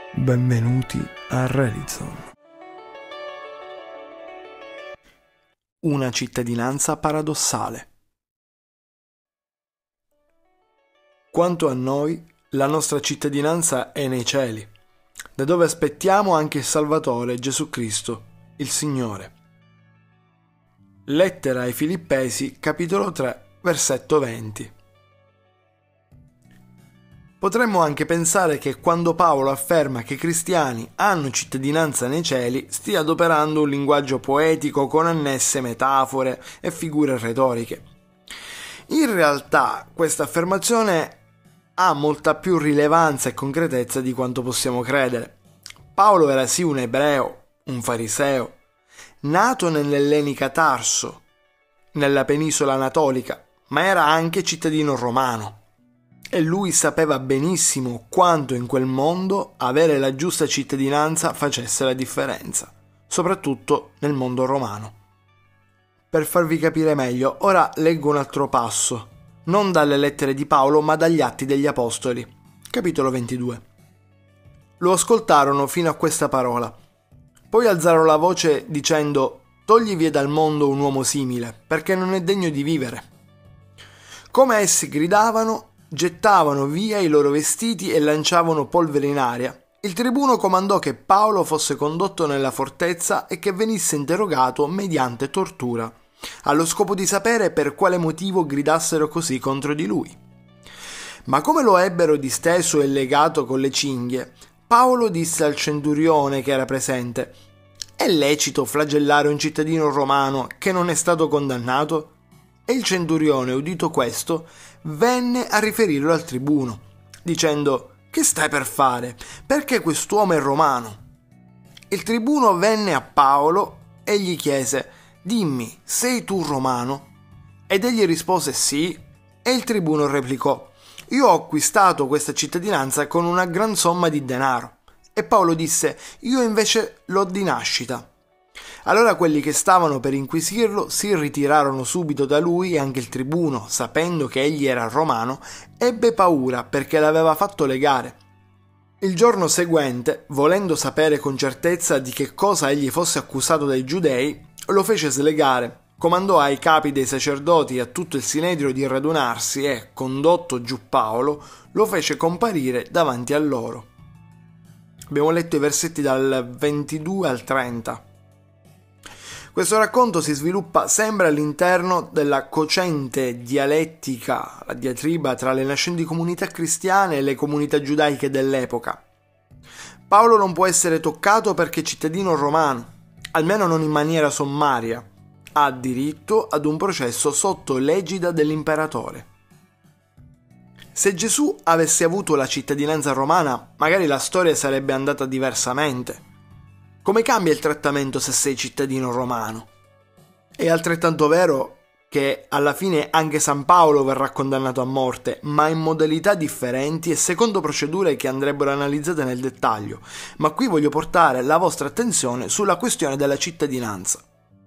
Benvenuti a Relizon. Una cittadinanza paradossale. Quanto a noi, la nostra cittadinanza è nei cieli, da dove aspettiamo anche il Salvatore Gesù Cristo, il Signore. Lettera ai Filippesi, capitolo 3, versetto 20. Potremmo anche pensare che quando Paolo afferma che i cristiani hanno cittadinanza nei cieli stia adoperando un linguaggio poetico con annesse metafore e figure retoriche. In realtà questa affermazione ha molta più rilevanza e concretezza di quanto possiamo credere. Paolo era sì un ebreo, un fariseo, nato nell'ellenica Tarso, nella penisola anatolica, ma era anche cittadino romano. E lui sapeva benissimo quanto in quel mondo avere la giusta cittadinanza facesse la differenza, soprattutto nel mondo romano. Per farvi capire meglio, ora leggo un altro passo, non dalle lettere di Paolo ma dagli Atti degli Apostoli, capitolo 22. Lo ascoltarono fino a questa parola. Poi alzarono la voce dicendo: «Togli via dal mondo un uomo simile, perché non è degno di vivere». Come essi gridavano, gettavano via i loro vestiti e lanciavano polvere in aria. Il tribuno comandò che Paolo fosse condotto nella fortezza e che venisse interrogato mediante tortura, allo scopo di sapere per quale motivo gridassero così contro di lui. Ma come lo ebbero disteso e legato con le cinghie, Paolo disse al centurione che era presente: «È lecito flagellare un cittadino romano che non è stato condannato?» E il centurione, udito questo, venne a riferirlo al tribuno, dicendo: «Che stai per fare? Perché quest'uomo è romano?» Il tribuno venne a Paolo e gli chiese: «Dimmi, sei tu romano?» Ed egli rispose: «Sì». E il tribuno replicò: «Io ho acquistato questa cittadinanza con una gran somma di denaro». E Paolo disse: «Io invece l'ho di nascita». Allora quelli che stavano per inquisirlo si ritirarono subito da lui e anche il tribuno, sapendo che egli era romano, ebbe paura perché l'aveva fatto legare. Il giorno seguente, volendo sapere con certezza di che cosa egli fosse accusato dai giudei, lo fece slegare, comandò ai capi dei sacerdoti e a tutto il sinedrio di radunarsi e, condotto giù Paolo, lo fece comparire davanti a loro. Abbiamo letto i versetti dal 22 al 30. Questo racconto si sviluppa sempre all'interno della cocente dialettica, la diatriba tra le nascenti comunità cristiane e le comunità giudaiche dell'epoca. Paolo non può essere toccato perché è cittadino romano, almeno non in maniera sommaria. Ha diritto ad un processo sotto l'egida dell'imperatore. Se Gesù avesse avuto la cittadinanza romana, magari la storia sarebbe andata diversamente. Come cambia il trattamento se sei cittadino romano? È altrettanto vero che alla fine anche San Paolo verrà condannato a morte, ma in modalità differenti e secondo procedure che andrebbero analizzate nel dettaglio. Ma qui voglio portare la vostra attenzione sulla questione della cittadinanza.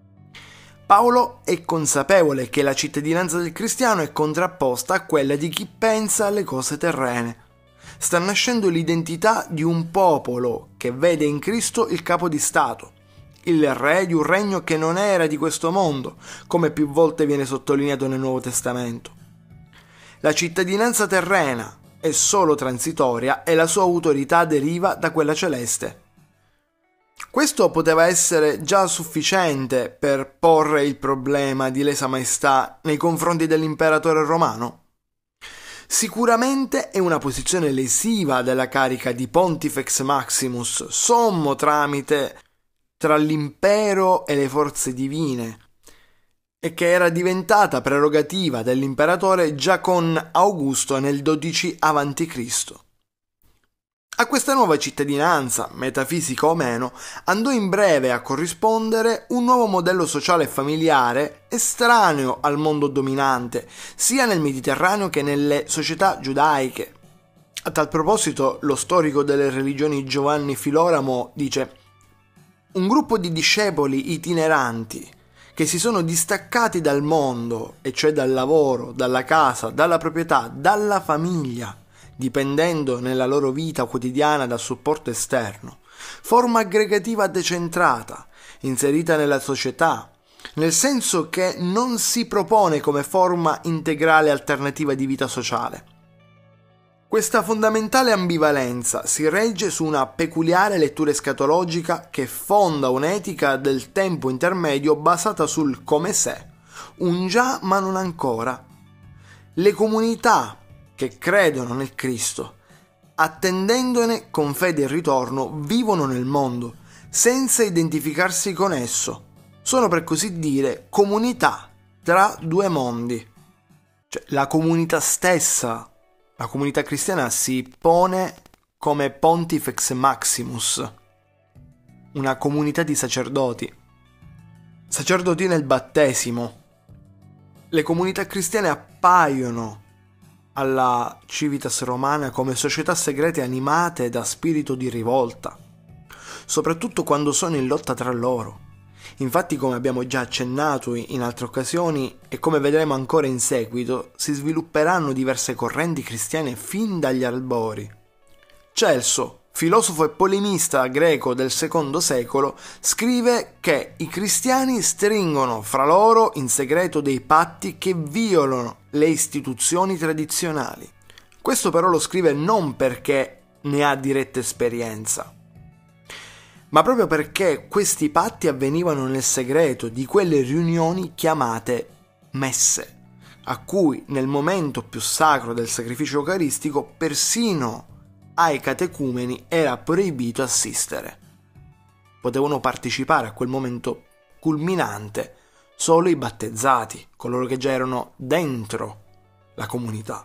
Paolo è consapevole che la cittadinanza del cristiano è contrapposta a quella di chi pensa alle cose terrene. Sta nascendo l'identità di un popolo che vede in Cristo il capo di Stato, il re di un regno che non era di questo mondo, come più volte viene sottolineato nel Nuovo Testamento. La cittadinanza terrena è solo transitoria e la sua autorità deriva da quella celeste. Questo poteva essere già sufficiente per porre il problema di lesa maestà nei confronti dell'imperatore romano? Sicuramente è una posizione lesiva della carica di Pontifex Maximus, sommo tramite tra l'impero e le forze divine, e che era diventata prerogativa dell'imperatore già con Augusto nel 12 a.C. A questa nuova cittadinanza, metafisica o meno, andò in breve a corrispondere un nuovo modello sociale e familiare estraneo al mondo dominante, sia nel Mediterraneo che nelle società giudaiche. A tal proposito, lo storico delle religioni Giovanni Filoramo dice: «Un gruppo di discepoli itineranti che si sono distaccati dal mondo, e cioè dal lavoro, dalla casa, dalla proprietà, dalla famiglia, dipendendo nella loro vita quotidiana dal supporto esterno, forma aggregativa decentrata, inserita nella società, nel senso che non si propone come forma integrale alternativa di vita sociale. Questa fondamentale ambivalenza si regge su una peculiare lettura escatologica che fonda un'etica del tempo intermedio basata sul come se, un già ma non ancora. Le comunità che credono nel Cristo, attendendone con fede il ritorno, vivono nel mondo, senza identificarsi con esso. Sono per così dire comunità tra due mondi. Cioè, la comunità stessa, la comunità cristiana, si pone come Pontifex Maximus, una comunità di sacerdoti nel battesimo. Le comunità cristiane appaiono alla Civitas Romana come società segrete animate da spirito di rivolta, soprattutto quando sono in lotta tra loro. Infatti, come abbiamo già accennato in altre occasioni e come vedremo ancora in seguito, si svilupperanno diverse correnti cristiane fin dagli albori. Celso, filosofo e polemista greco del II secolo, scrive che i cristiani stringono fra loro in segreto dei patti che violano le istituzioni tradizionali. Questo però lo scrive non perché ne ha diretta esperienza, ma proprio perché questi patti avvenivano nel segreto di quelle riunioni chiamate messe, a cui nel momento più sacro del sacrificio eucaristico persino ai catecumeni era proibito assistere. Potevano partecipare a quel momento culminante solo i battezzati, coloro che già erano dentro la comunità.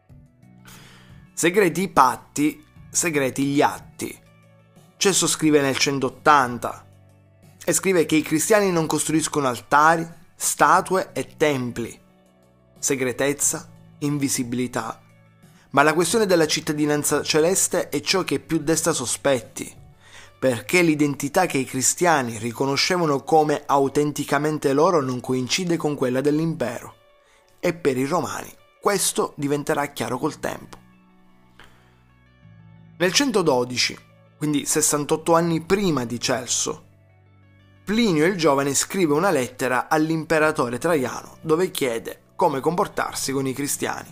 Segreti i patti, segreti gli atti. Celso scrive nel 180 e scrive che i cristiani non costruiscono altari, statue e templi. Segretezza, invisibilità. Ma la questione della cittadinanza celeste è ciò che più desta sospetti, perché l'identità che i cristiani riconoscevano come autenticamente loro non coincide con quella dell'impero, e per i romani questo diventerà chiaro col tempo. Nel 112, quindi 68 anni prima di Celso, Plinio il Giovane scrive una lettera all'imperatore Traiano dove chiede come comportarsi con i cristiani.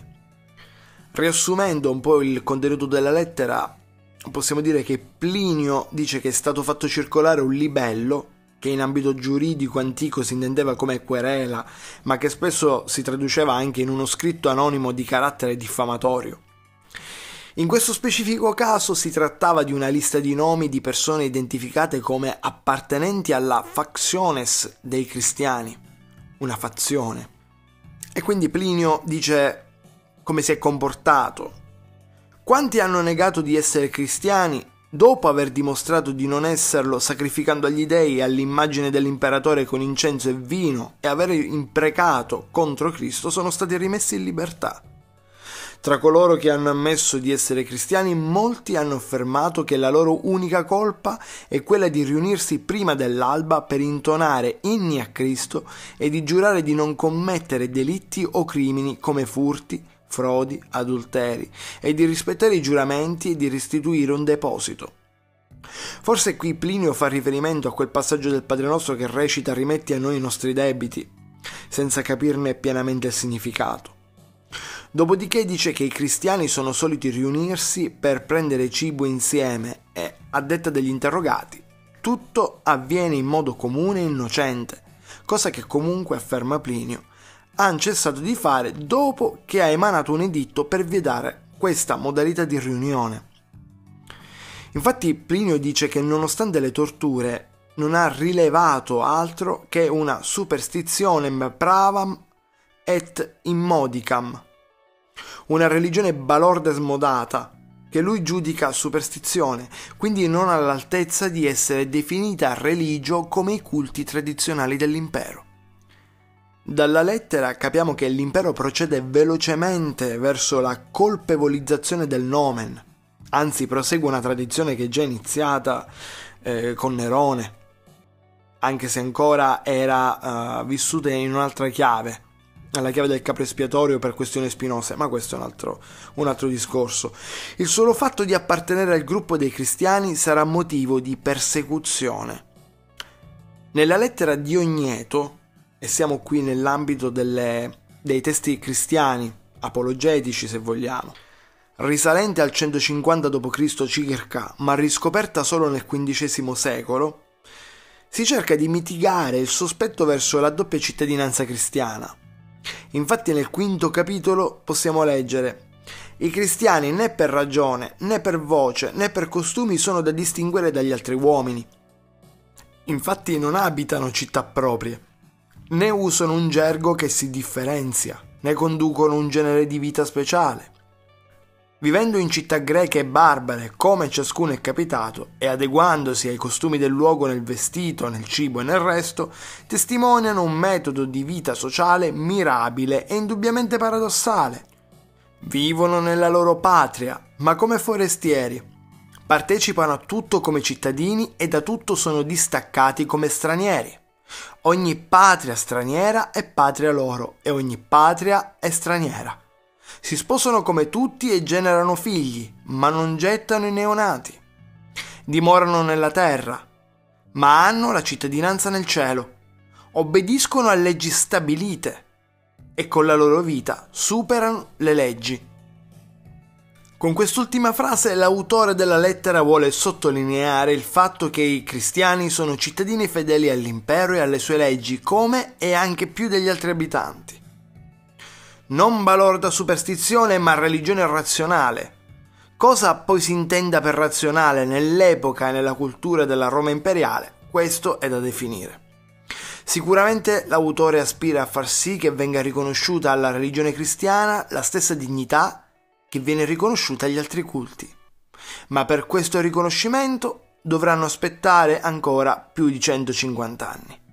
Riassumendo un po' il contenuto della lettera, possiamo dire che Plinio dice che è stato fatto circolare un libello, che in ambito giuridico antico si intendeva come querela, ma che spesso si traduceva anche in uno scritto anonimo di carattere diffamatorio. In questo specifico caso si trattava di una lista di nomi di persone identificate come appartenenti alla factiones dei cristiani, una fazione. E quindi Plinio dice come si è comportato. Quanti hanno negato di essere cristiani dopo aver dimostrato di non esserlo sacrificando agli dei e all'immagine dell'imperatore con incenso e vino e aver imprecato contro Cristo sono stati rimessi in libertà. Tra coloro che hanno ammesso di essere cristiani, molti hanno affermato che la loro unica colpa è quella di riunirsi prima dell'alba per intonare inni a Cristo e di giurare di non commettere delitti o crimini come furti, frodi, adulteri, e di rispettare i giuramenti e di restituire un deposito. Forse qui Plinio fa riferimento a quel passaggio del Padre Nostro che recita «Rimetti a noi i nostri debiti», senza capirne pienamente il significato. Dopodiché dice che i cristiani sono soliti riunirsi per prendere cibo insieme e, a detta degli interrogati, tutto avviene in modo comune e innocente, cosa che comunque, afferma Plinio, hanno cessato di fare dopo che ha emanato un editto per vietare questa modalità di riunione. Infatti Plinio dice che nonostante le torture non ha rilevato altro che una superstitionem pravam et immodicam, una religione balorda e smodata, che lui giudica superstizione, quindi non all'altezza di essere definita religio come i culti tradizionali dell'impero. Dalla lettera capiamo che l'impero procede velocemente verso la colpevolizzazione del nomen, anzi prosegue una tradizione che è già iniziata con Nerone, anche se ancora era vissuta in un'altra chiave. alla chiave del capro espiatorio per questioni spinose, ma questo è un altro discorso. Il solo fatto di appartenere al gruppo dei cristiani sarà motivo di persecuzione. Nella lettera di Ogneto, e siamo qui nell'ambito dei testi cristiani, apologetici se vogliamo, risalente al 150 d.C. circa, ma riscoperta solo nel XV secolo, si cerca di mitigare il sospetto verso la doppia cittadinanza cristiana. Infatti nel quinto capitolo possiamo leggere: i cristiani né per ragione, né per voce, né per costumi sono da distinguere dagli altri uomini. Infatti non abitano città proprie, né usano un gergo che si differenzia, né conducono un genere di vita speciale. Vivendo in città greche e barbare, come ciascuno è capitato, e adeguandosi ai costumi del luogo nel vestito, nel cibo e nel resto, testimoniano un metodo di vita sociale mirabile e indubbiamente paradossale. Vivono nella loro patria, ma come forestieri. Partecipano a tutto come cittadini e da tutto sono distaccati come stranieri. Ogni patria straniera è patria loro e ogni patria è straniera. Si sposano come tutti e generano figli, ma non gettano i neonati. Dimorano nella terra, ma hanno la cittadinanza nel cielo. Obbediscono a leggi stabilite e con la loro vita superano le leggi. Con quest'ultima frase l'autore della lettera vuole sottolineare il fatto che i cristiani sono cittadini fedeli all'impero e alle sue leggi come e anche più degli altri abitanti. Non balorda superstizione ma religione razionale. Cosa poi si intenda per razionale nell'epoca e nella cultura della Roma imperiale, questo è da definire. Sicuramente l'autore aspira a far sì che venga riconosciuta alla religione cristiana la stessa dignità che viene riconosciuta agli altri culti. Ma per questo riconoscimento dovranno aspettare ancora più di 150 anni.